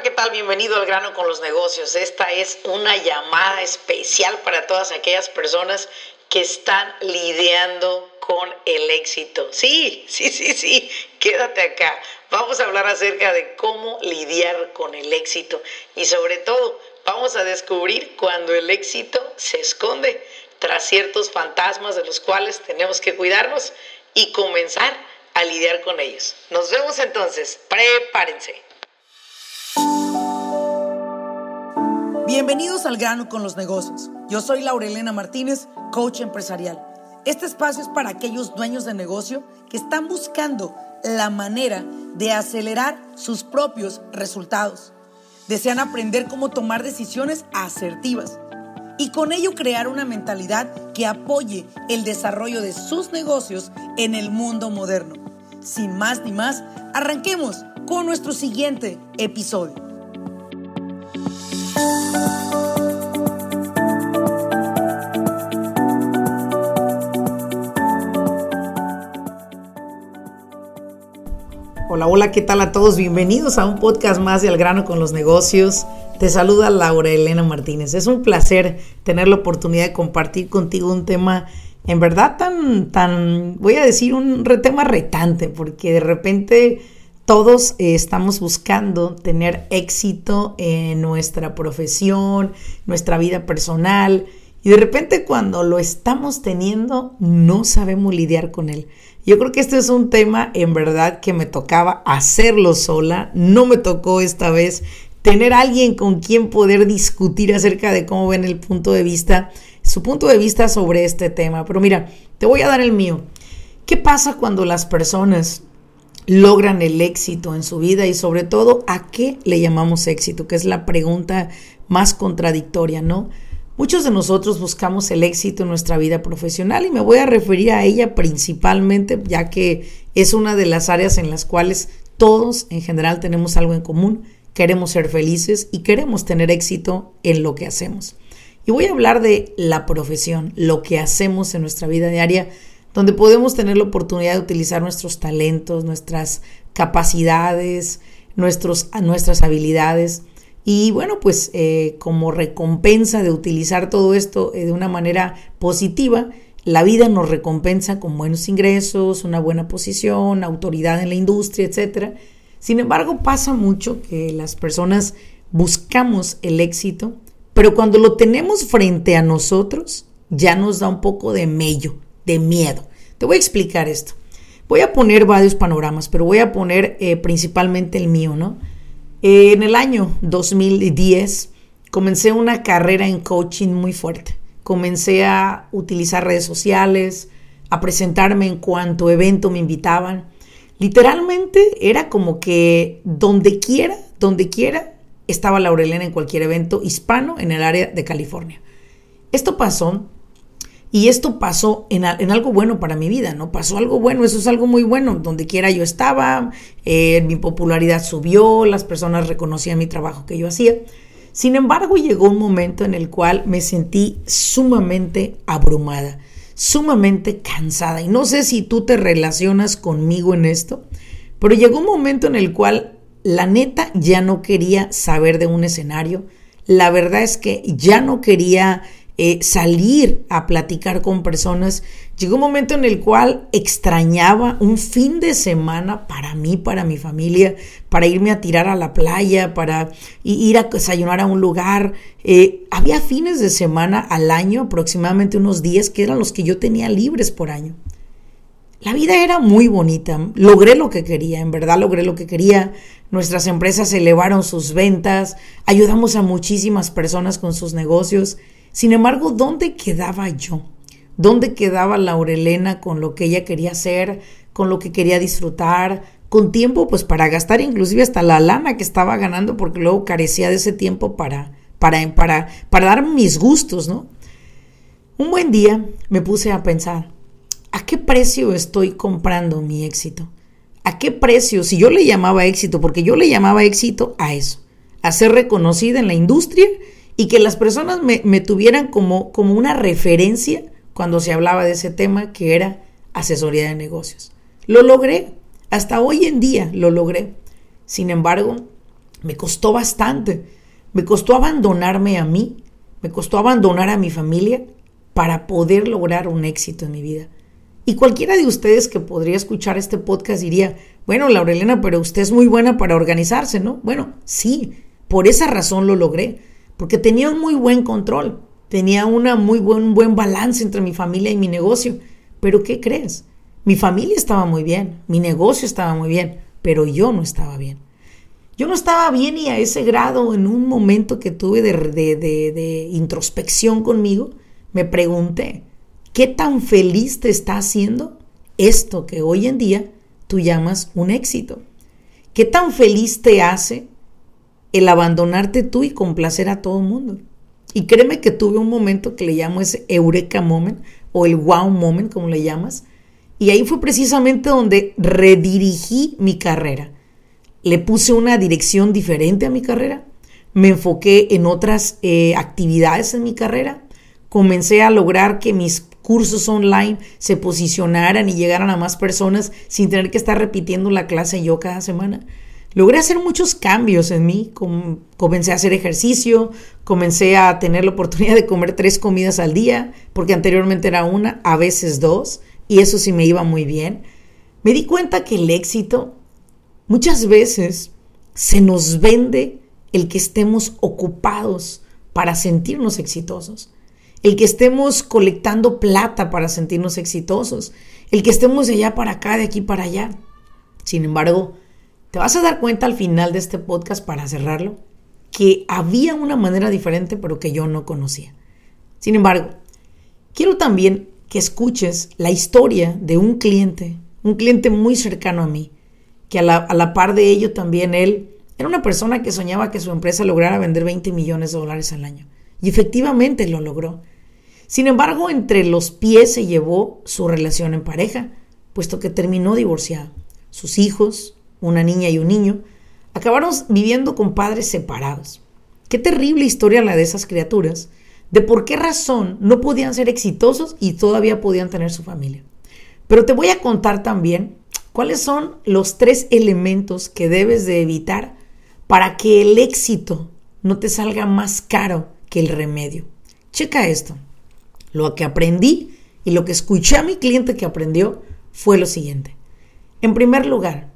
¿qué tal? Bienvenido al grano con los negocios. Esta es una llamada especial para todas aquellas personas que están lidiando con el éxito. Sí, quédate acá. Vamos a hablar acerca de cómo lidiar con el éxito y sobre todo vamos a descubrir cuando el éxito se esconde tras ciertos fantasmas de los cuales tenemos que cuidarnos y comenzar a lidiar con ellos. Nos vemos entonces. Prepárense. Bienvenidos al grano con los negocios. Yo soy Laurelena Martínez, coach empresarial. Este espacio es para aquellos dueños de negocio que están buscando la manera de acelerar sus propios resultados. Desean aprender cómo tomar decisiones asertivas y con ello crear una mentalidad que apoye el desarrollo de sus negocios en el mundo moderno. Sin más ni más, arranquemos con nuestro siguiente episodio. Hola, ¿qué tal a todos? Bienvenidos a un podcast más de Al grano con los negocios. Te saluda Laurelena Martínez. Es un placer tener la oportunidad de compartir contigo un tema en verdad voy a decir, un tema retante, porque de repente todos estamos buscando tener éxito en nuestra profesión, nuestra vida personal, y de repente cuando lo estamos teniendo no sabemos lidiar con él. Yo creo que este es un tema en verdad que me tocaba hacerlo sola, no me tocó esta vez tener a alguien con quien poder discutir acerca de cómo ven su punto de vista sobre este tema. Pero mira, te voy a dar el mío. ¿Qué pasa cuando las personas logran el éxito en su vida y sobre todo a qué le llamamos éxito? Que es la pregunta más contradictoria, ¿no? Muchos de nosotros buscamos el éxito en nuestra vida profesional y me voy a referir a ella principalmente, ya que es una de las áreas en las cuales todos en general tenemos algo en común. Queremos ser felices y queremos tener éxito en lo que hacemos. Y voy a hablar de la profesión, lo que hacemos en nuestra vida diaria, donde podemos tener la oportunidad de utilizar nuestros talentos, nuestras capacidades, nuestras habilidades. Y bueno, pues como recompensa de utilizar todo esto de una manera positiva, la vida nos recompensa con buenos ingresos, una buena posición, autoridad en la industria, etc. Sin embargo, pasa mucho que las personas buscamos el éxito, pero cuando lo tenemos frente a nosotros, ya nos da un poco de miedo. Te voy a explicar esto. Voy a poner varios panoramas, pero voy a poner principalmente el mío, ¿no? En el año 2010 comencé una carrera en coaching muy fuerte. Comencé a utilizar redes sociales, a presentarme en cuanto evento me invitaban. Literalmente era como que donde quiera, estaba Laurelena en cualquier evento hispano en el área de California. Esto pasó en algo bueno para mi vida, ¿no? Pasó algo bueno, eso es algo muy bueno. Donde quiera yo estaba, mi popularidad subió, las personas reconocían mi trabajo que yo hacía. Sin embargo, llegó un momento en el cual me sentí sumamente abrumada, sumamente cansada. Y no sé si tú te relacionas conmigo en esto, pero llegó un momento en el cual la neta ya no quería saber de un escenario. La verdad es que ya no quería salir a platicar con personas. Llegó un momento en el cual extrañaba un fin de semana para mí, para mi familia, para irme a tirar a la playa, para ir a desayunar a un lugar. Había fines de semana al año, aproximadamente unos 10, que eran los que yo tenía libres por año. La vida era muy bonita, logré lo que quería, en verdad logré lo que quería. Nuestras empresas elevaron sus ventas, ayudamos a muchísimas personas con sus negocios. Sin embargo, ¿dónde quedaba yo? ¿Dónde quedaba Laurelena con lo que ella quería hacer, con lo que quería disfrutar, con tiempo pues para gastar inclusive hasta la lana que estaba ganando, porque luego carecía de ese tiempo para dar mis gustos, ¿no? Un buen día me puse a pensar, ¿a qué precio estoy comprando mi éxito? ¿A qué precio? Si yo le llamaba éxito, porque yo le llamaba éxito a eso, a ser reconocida en la industria y que las personas me tuvieran como una referencia cuando se hablaba de ese tema que era asesoría de negocios. Lo logré, hasta hoy en día lo logré. Sin embargo, Me costó bastante. Me costó abandonarme a mí, me costó abandonar a mi familia para poder lograr un éxito en mi vida. Y cualquiera de ustedes que podría escuchar este podcast diría, bueno, Laurelena, pero usted es muy buena para organizarse, ¿no? Bueno, sí, por esa razón lo logré, porque tenía un muy buen control, tenía un buen balance entre mi familia y mi negocio. Pero ¿qué crees? Mi familia estaba muy bien, mi negocio estaba muy bien, pero yo no estaba bien. Yo no estaba bien y a ese grado, en un momento que tuve de introspección conmigo, me pregunté, ¿qué tan feliz te está haciendo esto que hoy en día tú llamas un éxito? ¿Qué tan feliz te hace el abandonarte tú y complacer a todo el mundo? Y créeme que tuve un momento que le llamo ese Eureka Moment o el Wow Moment, como le llamas, y ahí fue precisamente donde redirigí mi carrera. Le puse una dirección diferente a mi carrera, me enfoqué en otras actividades en mi carrera, comencé a lograr que mis cursos online se posicionaran y llegaran a más personas sin tener que estar repitiendo la clase yo cada semana. Logré hacer muchos cambios en mí, comencé a hacer ejercicio, comencé a tener la oportunidad de comer 3 comidas al día, porque anteriormente era 1, a veces 2, y eso sí me iba muy bien. Me di cuenta que el éxito muchas veces se nos vende el que estemos ocupados para sentirnos exitosos, el que estemos colectando plata para sentirnos exitosos, el que estemos de allá para acá, de aquí para allá. Sin embargo, te vas a dar cuenta al final de este podcast, para cerrarlo, que había una manera diferente, pero que yo no conocía. Sin embargo, quiero también que escuches la historia de un cliente muy cercano a mí, que a la par de ello también él era una persona que soñaba que su empresa lograra vender $20 millones al año. Y efectivamente lo logró. Sin embargo, entre los pies se llevó su relación en pareja, puesto que terminó divorciado. Sus hijos, una niña y un niño, acabaron viviendo con padres separados. Qué terrible historia la de esas criaturas, de por qué razón no podían ser exitosos y todavía podían tener su familia. Pero te voy a contar también cuáles son los 3 elementos que debes de evitar para que el éxito no te salga más caro que el remedio. Checa esto. Lo que aprendí y lo que escuché a mi cliente que aprendió fue lo siguiente. En primer lugar,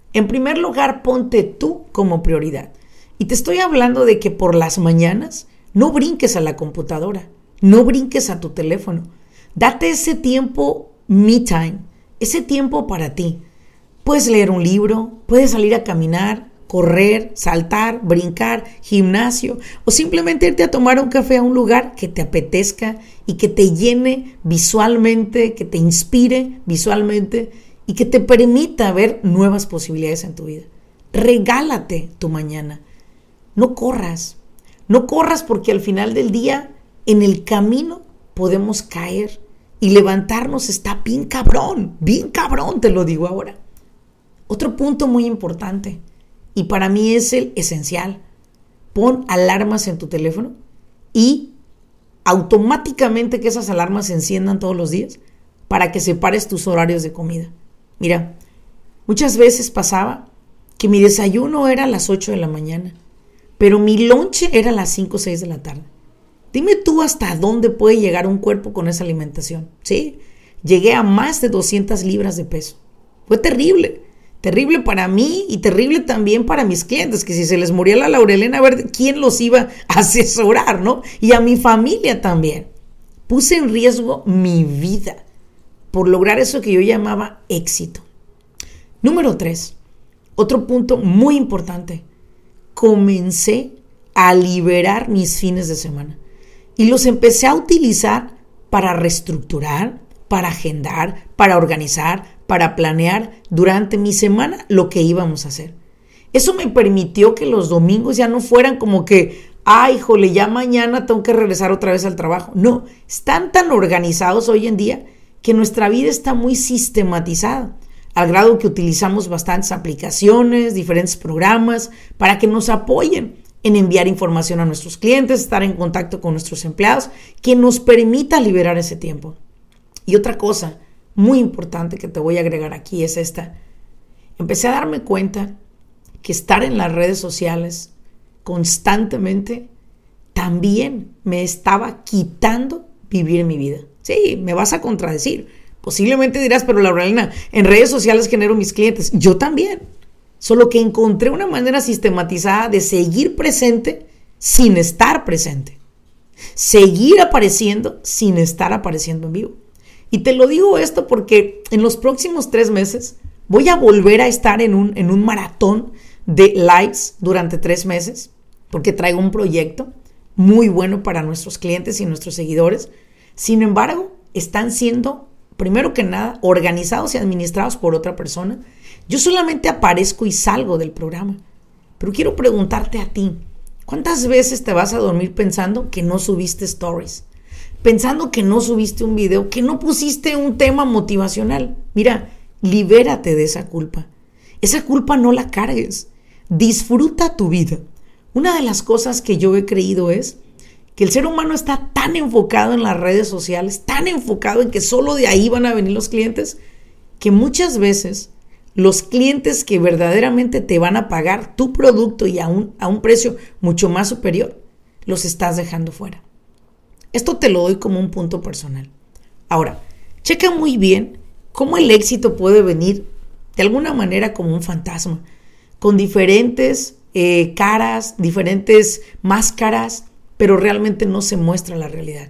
ponte tú como prioridad. Y te estoy hablando de que por las mañanas no brinques a la computadora, no brinques a tu teléfono. Date ese tiempo me time, ese tiempo para ti. Puedes leer un libro, puedes salir a caminar, correr, saltar, brincar, gimnasio o simplemente irte a tomar un café a un lugar que te apetezca y que te llene visualmente, que te inspire visualmente y que te permita ver nuevas posibilidades en tu vida. Regálate tu mañana. No corras porque al final del día, en el camino podemos caer y levantarnos está bien cabrón, te lo digo ahora. Otro punto muy importante, y para mí es el esencial, pon alarmas en tu teléfono y automáticamente que esas alarmas se enciendan todos los días para que separes tus horarios de comida. Mira, muchas veces pasaba que mi desayuno era a las 8 de la mañana, pero mi lonche era a las 5 o 6 de la tarde. Dime tú hasta dónde puede llegar un cuerpo con esa alimentación. Sí, llegué a más de 200 libras de peso. Fue terrible para mí y terrible también para mis clientes, que si se les moría la Laurelena, a ver quién los iba a asesorar, ¿no? Y a mi familia también. Puse en riesgo mi vida por lograr eso que yo llamaba éxito. Número 3, otro punto muy importante. Comencé a liberar mis fines de semana y los empecé a utilizar para reestructurar, para agendar, para organizar, para planear durante mi semana lo que íbamos a hacer. Eso me permitió que los domingos ya no fueran como que, ay, híjole, ya mañana tengo que regresar otra vez al trabajo. No, están tan organizados hoy en día que nuestra vida está muy sistematizada, al grado que utilizamos bastantes aplicaciones, diferentes programas para que nos apoyen en enviar información a nuestros clientes, estar en contacto con nuestros empleados, que nos permita liberar ese tiempo. Y otra cosa muy importante que te voy a agregar aquí es esta. Empecé a darme cuenta que estar en las redes sociales constantemente también me estaba quitando vivir mi vida. Sí, me vas a contradecir. Posiblemente dirás, pero Laurelena, en redes sociales genero mis clientes. Yo también. Solo que encontré una manera sistematizada de seguir presente sin estar presente. Seguir apareciendo sin estar apareciendo en vivo. Y te lo digo esto porque en los próximos 3 meses voy a volver a estar en un maratón de lives durante 3 meses, porque traigo un proyecto muy bueno para nuestros clientes y nuestros seguidores. Sin embargo, están siendo, primero que nada, organizados y administrados por otra persona. Yo solamente aparezco y salgo del programa. Pero quiero preguntarte a ti, ¿cuántas veces te vas a dormir pensando que no subiste stories? Pensando que no subiste un video, que no pusiste un tema motivacional. Mira, libérate de esa culpa. Esa culpa no la cargues. Disfruta tu vida. Una de las cosas que yo he creído es que el ser humano está tan enfocado en las redes sociales, tan enfocado en que solo de ahí van a venir los clientes, que muchas veces los clientes que verdaderamente te van a pagar tu producto y a un precio mucho más superior, los estás dejando fuera. Esto te lo doy como un punto personal. Ahora, checa muy bien cómo el éxito puede venir de alguna manera como un fantasma, con diferentes caras, diferentes máscaras, pero realmente no se muestra la realidad.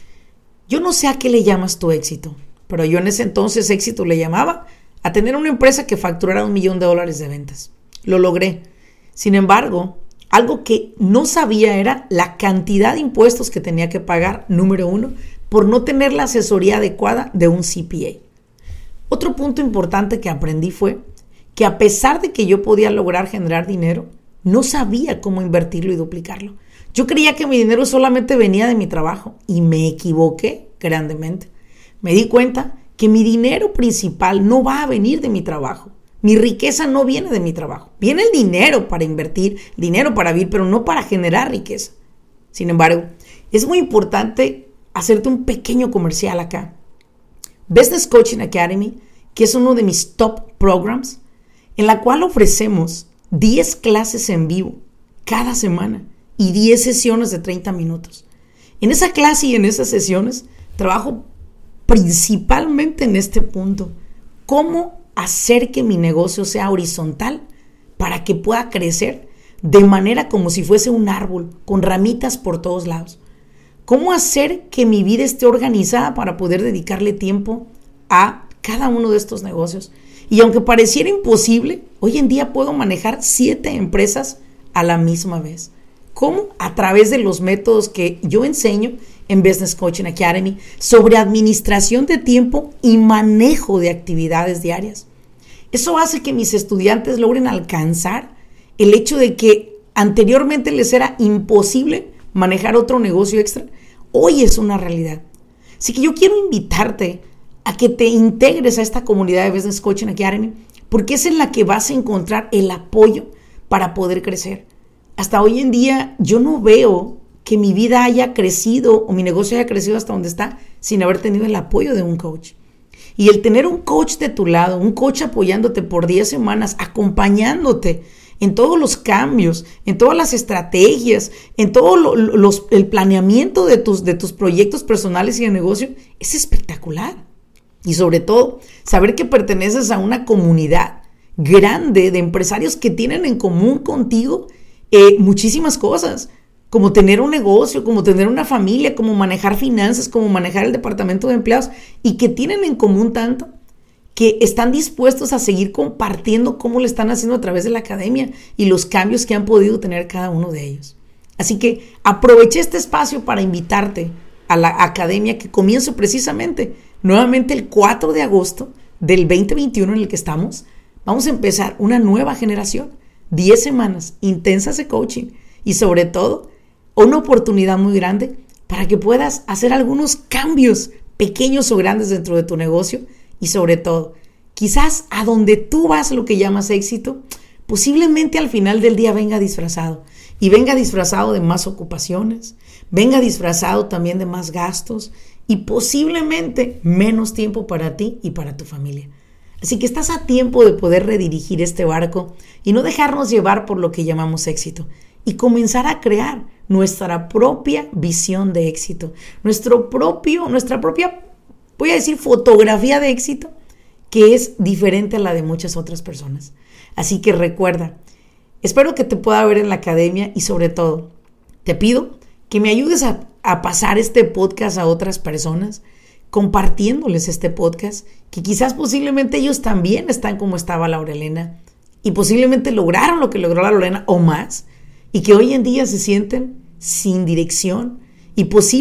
Yo no sé a qué le llamas tu éxito, pero yo en ese entonces éxito le llamaba a tener una empresa que facturara $1 millón de ventas. Lo logré. Sin embargo, algo que no sabía era la cantidad de impuestos que tenía que pagar, número 1, por no tener la asesoría adecuada de un CPA. Otro punto importante que aprendí fue que a pesar de que yo podía lograr generar dinero, no sabía cómo invertirlo y duplicarlo. Yo creía que mi dinero solamente venía de mi trabajo y me equivoqué grandemente. Me di cuenta que mi dinero principal no va a venir de mi trabajo. Mi riqueza no viene de mi trabajo. Viene el dinero para invertir, dinero para vivir, pero no para generar riqueza. Sin embargo, es muy importante hacerte un pequeño comercial acá. Business Coaching Academy, que es uno de mis top programs, en la cual ofrecemos 10 clases en vivo cada semana y 10 sesiones de 30 minutos. En esa clase y en esas sesiones trabajo principalmente en este punto. ¿Cómo hacer que mi negocio sea horizontal para que pueda crecer de manera como si fuese un árbol con ramitas por todos lados? ¿Cómo hacer que mi vida esté organizada para poder dedicarle tiempo a cada uno de estos negocios? Y aunque pareciera imposible, hoy en día puedo manejar 7 empresas a la misma vez. ¿Cómo? A través de los métodos que yo enseño en Business Coaching Academy sobre administración de tiempo y manejo de actividades diarias. Eso hace que mis estudiantes logren alcanzar el hecho de que anteriormente les era imposible manejar otro negocio extra. Hoy es una realidad. Así que yo quiero invitarte a que te integres a esta comunidad de Business Coaching Academy, porque es en la que vas a encontrar el apoyo para poder crecer. Hasta hoy en día yo no veo que mi vida haya crecido o mi negocio haya crecido hasta donde está sin haber tenido el apoyo de un coach. Y el tener un coach de tu lado, un coach apoyándote por 10 semanas, acompañándote en todos los cambios, en todas las estrategias, en todo el planeamiento de tus proyectos personales y de negocio, es espectacular. Y sobre todo, saber que perteneces a una comunidad grande de empresarios que tienen en común contigo muchísimas cosas, como tener un negocio, como tener una familia, como manejar finanzas, como manejar el departamento de empleados, y que tienen en común tanto que están dispuestos a seguir compartiendo cómo lo están haciendo a través de la academia y los cambios que han podido tener cada uno de ellos. Así que aproveché este espacio para invitarte a la academia que comienzo precisamente nuevamente el 4 de agosto del 2021 en el que estamos. Vamos a empezar una nueva generación, 10 semanas intensas de coaching y sobre todo una oportunidad muy grande para que puedas hacer algunos cambios pequeños o grandes dentro de tu negocio y sobre todo, quizás a donde tú vas lo que llamas éxito, posiblemente al final del día venga disfrazado y venga disfrazado de más ocupaciones, venga disfrazado también de más gastos y posiblemente menos tiempo para ti y para tu familia. Así que estás a tiempo de poder redirigir este barco y no dejarnos llevar por lo que llamamos éxito y comenzar a crear nuestra propia visión de éxito, nuestra propia, voy a decir, fotografía de éxito que es diferente a la de muchas otras personas. Así que recuerda, espero que te pueda ver en la academia y sobre todo, te pido que me ayudes a pasar este podcast a otras personas, compartiéndoles este podcast, que quizás posiblemente ellos también están como estaba Laurelena y posiblemente lograron lo que logró la Lorena o más, y que hoy en día se sienten sin dirección y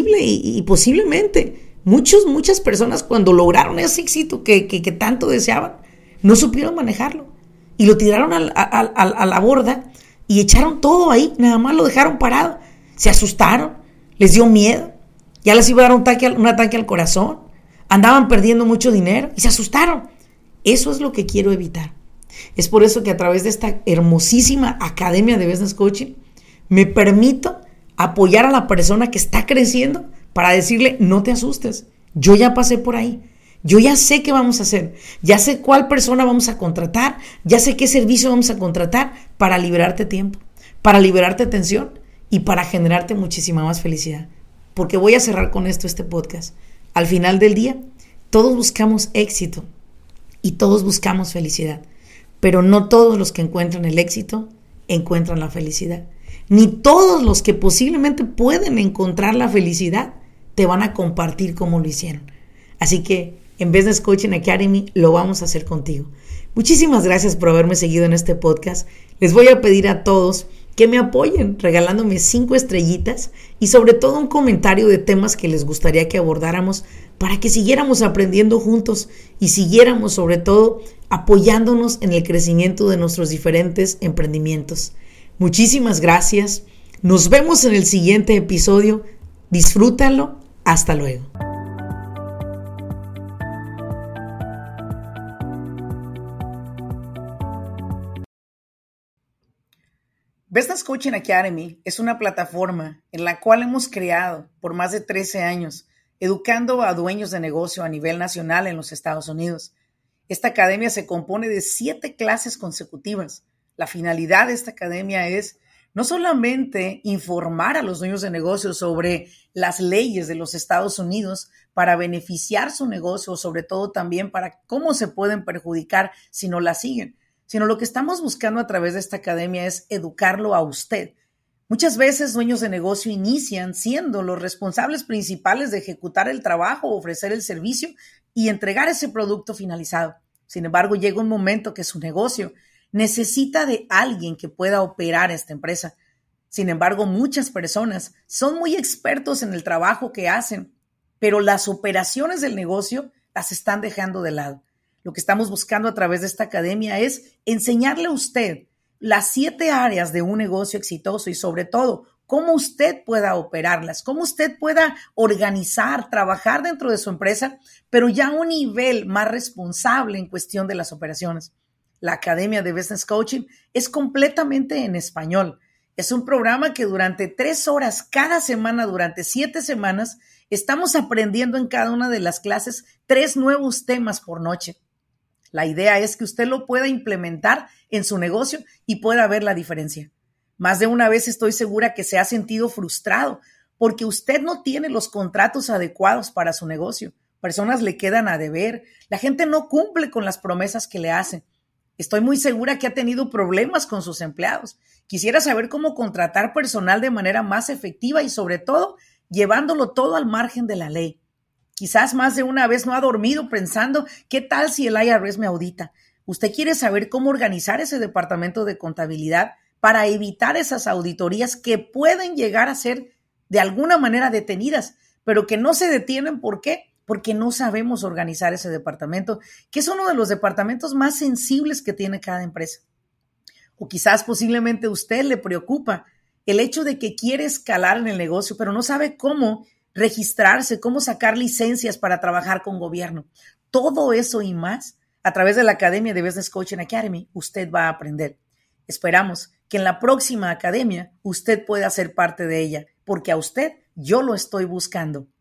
posiblemente muchas personas cuando lograron ese éxito que tanto deseaban, no supieron manejarlo y lo tiraron a la borda y echaron todo ahí, nada más lo dejaron parado, se asustaron, les dio miedo, ya les iba a dar un ataque al corazón, andaban perdiendo mucho dinero y se asustaron. Eso es lo que quiero evitar. Es por eso que a través de esta hermosísima academia de Business Coaching me permito apoyar a la persona que está creciendo para decirle, no te asustes, yo ya pasé por ahí, yo ya sé qué vamos a hacer, ya sé cuál persona vamos a contratar, ya sé qué servicio vamos a contratar para liberarte tiempo, para liberarte tensión y para generarte muchísima más felicidad. Porque voy a cerrar con esto este podcast. Al final del día, todos buscamos éxito y todos buscamos felicidad, pero no todos los que encuentran el éxito encuentran la felicidad. Ni todos los que posiblemente pueden encontrar la felicidad te van a compartir cómo lo hicieron. Así que en Business Coaching Academy lo vamos a hacer contigo. Muchísimas gracias por haberme seguido en este podcast. Les voy a pedir a todos que me apoyen regalándome 5 estrellitas y sobre todo un comentario de temas que les gustaría que abordáramos para que siguiéramos aprendiendo juntos y siguiéramos sobre todo apoyándonos en el crecimiento de nuestros diferentes emprendimientos. Muchísimas gracias. Nos vemos en el siguiente episodio. Disfrútalo. Hasta luego. Business Coaching Academy es una plataforma en la cual hemos creado por más de 13 años, educando a dueños de negocio a nivel nacional en los Estados Unidos. Esta academia se compone de 7 clases consecutivas. La finalidad de esta academia es no solamente informar a los dueños de negocios sobre las leyes de los Estados Unidos para beneficiar su negocio, o sobre todo también para cómo se pueden perjudicar si no la siguen, sino lo que estamos buscando a través de esta academia es educarlo a usted. Muchas veces dueños de negocio inician siendo los responsables principales de ejecutar el trabajo, ofrecer el servicio y entregar ese producto finalizado. Sin embargo, llega un momento que su negocio necesita de alguien que pueda operar esta empresa. Sin embargo, muchas personas son muy expertos en el trabajo que hacen, pero las operaciones del negocio las están dejando de lado. Lo que estamos buscando a través de esta academia es enseñarle a usted las 7 áreas de un negocio exitoso y sobre todo cómo usted pueda operarlas, cómo usted pueda organizar, trabajar dentro de su empresa, pero ya a un nivel más responsable en cuestión de las operaciones. La Academia de Business Coaching es completamente en español. Es un programa que durante 3 horas cada semana, durante 7 semanas, estamos aprendiendo en cada una de las clases 3 nuevos temas por noche. La idea es que usted lo pueda implementar en su negocio y pueda ver la diferencia. Más de una vez estoy segura que se ha sentido frustrado porque usted no tiene los contratos adecuados para su negocio. Personas le quedan a deber. La gente no cumple con las promesas que le hacen. Estoy muy segura que ha tenido problemas con sus empleados. Quisiera saber cómo contratar personal de manera más efectiva y sobre todo llevándolo todo al margen de la ley. Quizás más de una vez no ha dormido pensando, ¿qué tal si el IRS me audita? Usted quiere saber cómo organizar ese departamento de contabilidad para evitar esas auditorías que pueden llegar a ser de alguna manera detenidas, pero que no se detienen. ¿Por qué? Porque no sabemos organizar ese departamento, que es uno de los departamentos más sensibles que tiene cada empresa. O quizás posiblemente a usted le preocupa el hecho de que quiere escalar en el negocio, pero no sabe cómo registrarse, cómo sacar licencias para trabajar con gobierno. Todo eso y más, a través de la Academia de Business Coaching Academy, usted va a aprender. Esperamos que en la próxima academia usted pueda ser parte de ella, porque a usted yo lo estoy buscando.